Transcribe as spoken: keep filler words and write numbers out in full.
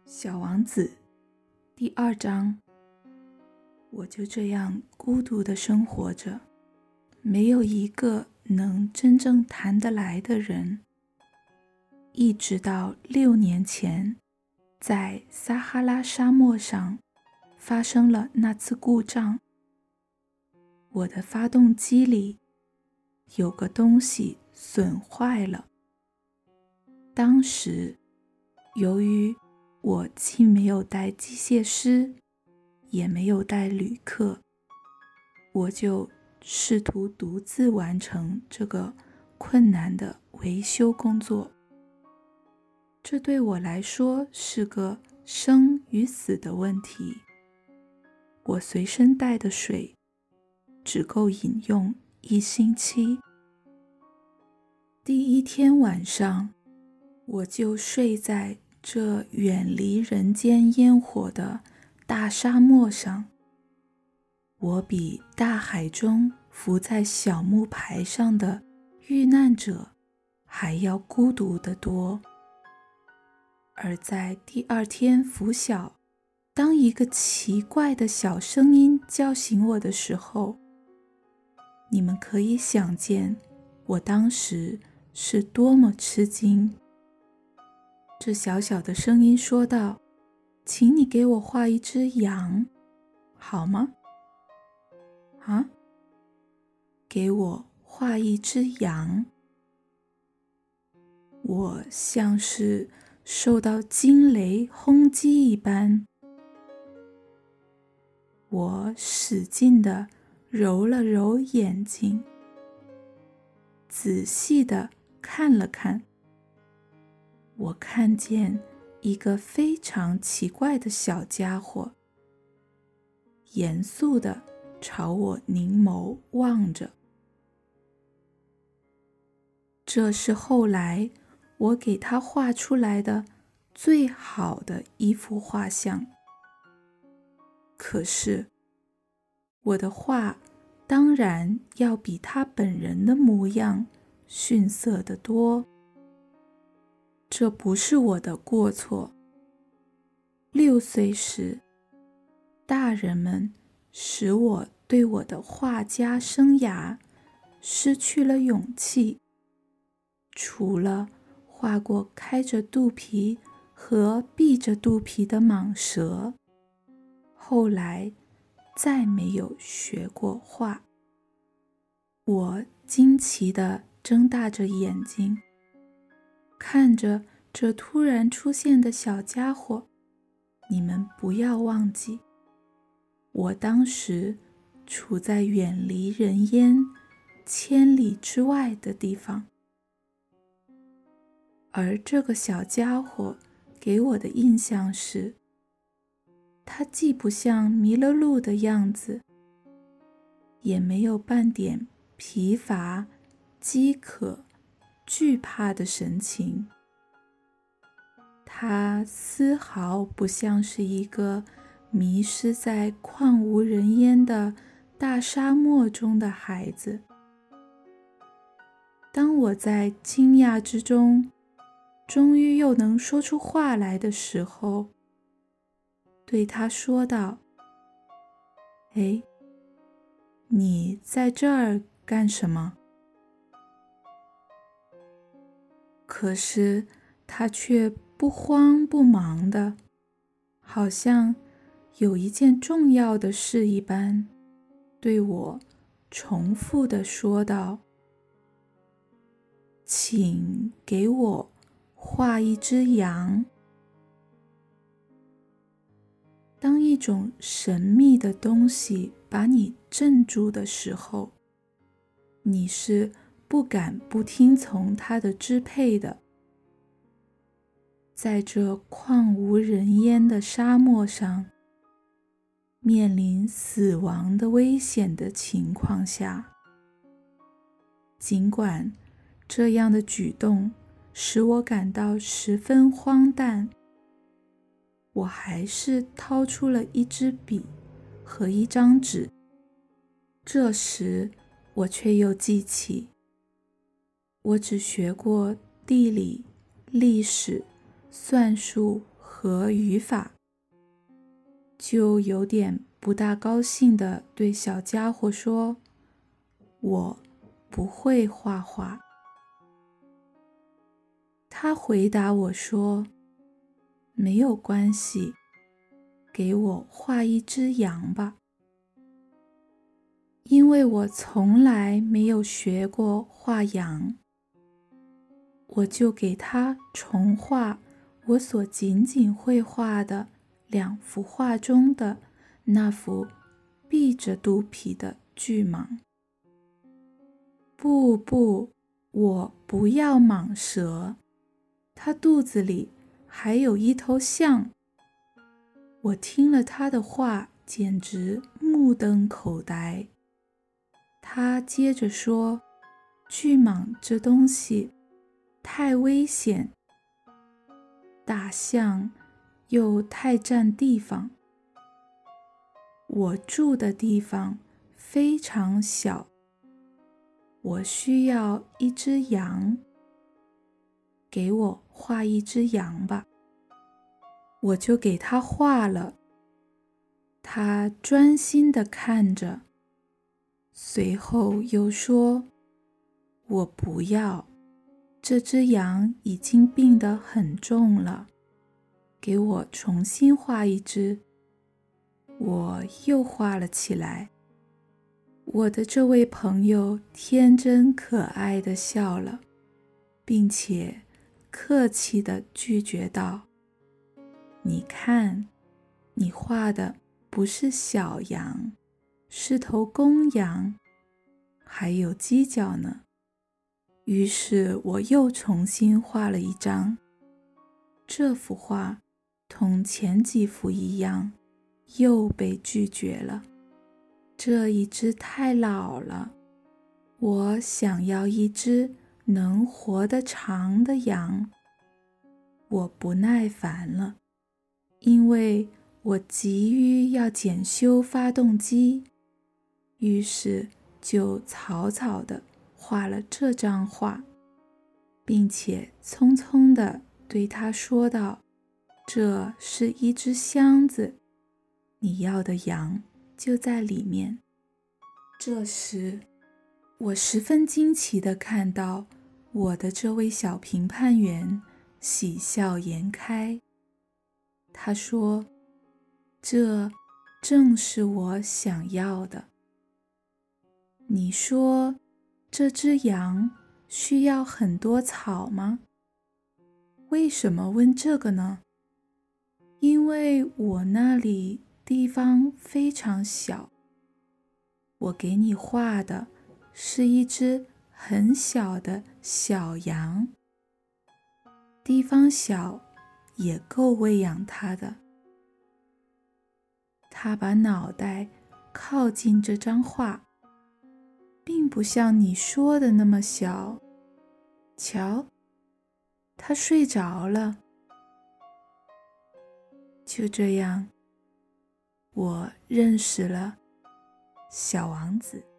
小王子第二章。我就这样孤独地生活着，没有一个能真正谈得来的人。一直到六年前，在撒哈拉沙漠上发生了那次故障。我的发动机里有个东西损坏了。当时由于我既没有带机械师，也没有带旅客，我就试图独自完成这个困难的维修工作。这对我来说是个生与死的问题。我随身带的水只够饮用一星期。第一天晚上，我就睡在这远离人间烟火的大沙漠上。我比大海中浮在小木牌上的遇难者还要孤独得多。而在第二天拂晓，当一个奇怪的小声音叫醒我的时候，你们可以想见我当时是多么吃惊。这小小的声音说道：请你给我画一只羊，好吗？啊？给我画一只羊。我像是受到惊雷轰击一般，我使劲地揉了揉眼睛，仔细地看了看。我看见一个非常奇怪的小家伙，严肃地朝我凝眸望着。这是后来我给他画出来的最好的一幅画像。可是，我的画当然要比他本人的模样逊色得多。这不是我的过错。六岁时，大人们使我对我的画家生涯失去了勇气，除了画过开着肚皮和闭着肚皮的蟒蛇，后来再没有学过画。我惊奇地睁大着眼睛，看着这突然出现的小家伙。你们不要忘记，我当时处在远离人烟千里之外的地方，而这个小家伙给我的印象是，他既不像迷了路的样子，也没有半点疲乏、饥渴、惧怕的神情。他丝毫不像是一个迷失在旷无人烟的大沙漠中的孩子。当我在惊讶之中，终于又能说出话来的时候，对他说道：哎，你在这儿干什么？可是他却不慌不忙的，好像有一件重要的事一般，对我重复地说道：请给我画一只羊。当一种神秘的东西把你镇住的时候，你是不敢不听从它的支配的。在这旷无人烟的沙漠上，面临死亡的危险的情况下，尽管这样的举动使我感到十分荒诞，我还是掏出了一支笔和一张纸。这时我却又记起，我只学过地理、历史、算术和语法，就有点不大高兴地对小家伙说：我不会画画。他回答我说：没有关系，给我画一只羊吧。因为我从来没有学过画羊，我就给他重画我所仅仅会画的两幅画中的那幅闭着肚皮的巨蟒。不不，我不要蟒蛇，它肚子里还有一头象。我听了他的话，简直目瞪口呆。他接着说，巨蟒这东西太危险，大象又太占地方。我住的地方非常小，我需要一只羊，给我画一只羊吧。我就给他画了，他专心地看着，随后又说：我不要，这只羊已经病得很重了，给我重新画一只。我又画了起来。我的这位朋友天真可爱地笑了，并且客气地拒绝道：你看，你画的不是小羊，是头公羊，还有犄角呢。于是我又重新画了一张。这幅画同前几幅一样，又被拒绝了。这一只太老了，我想要一只能活得长的羊。我不耐烦了，因为我急于要检修发动机，于是就草草地画了这张画，并且匆匆地对他说道：这是一只箱子，你要的羊就在里面。这时，我十分惊奇地看到我的这位小评判员喜笑颜开。他说：这正是我想要的。你说这只羊需要很多草吗？为什么问这个呢？因为我那里地方非常小，我给你画的是一只很小的小羊，地方小也够喂养它的。他把脑袋靠近这张画，并不像你说的那么小。瞧，他睡着了。就这样，我认识了小王子。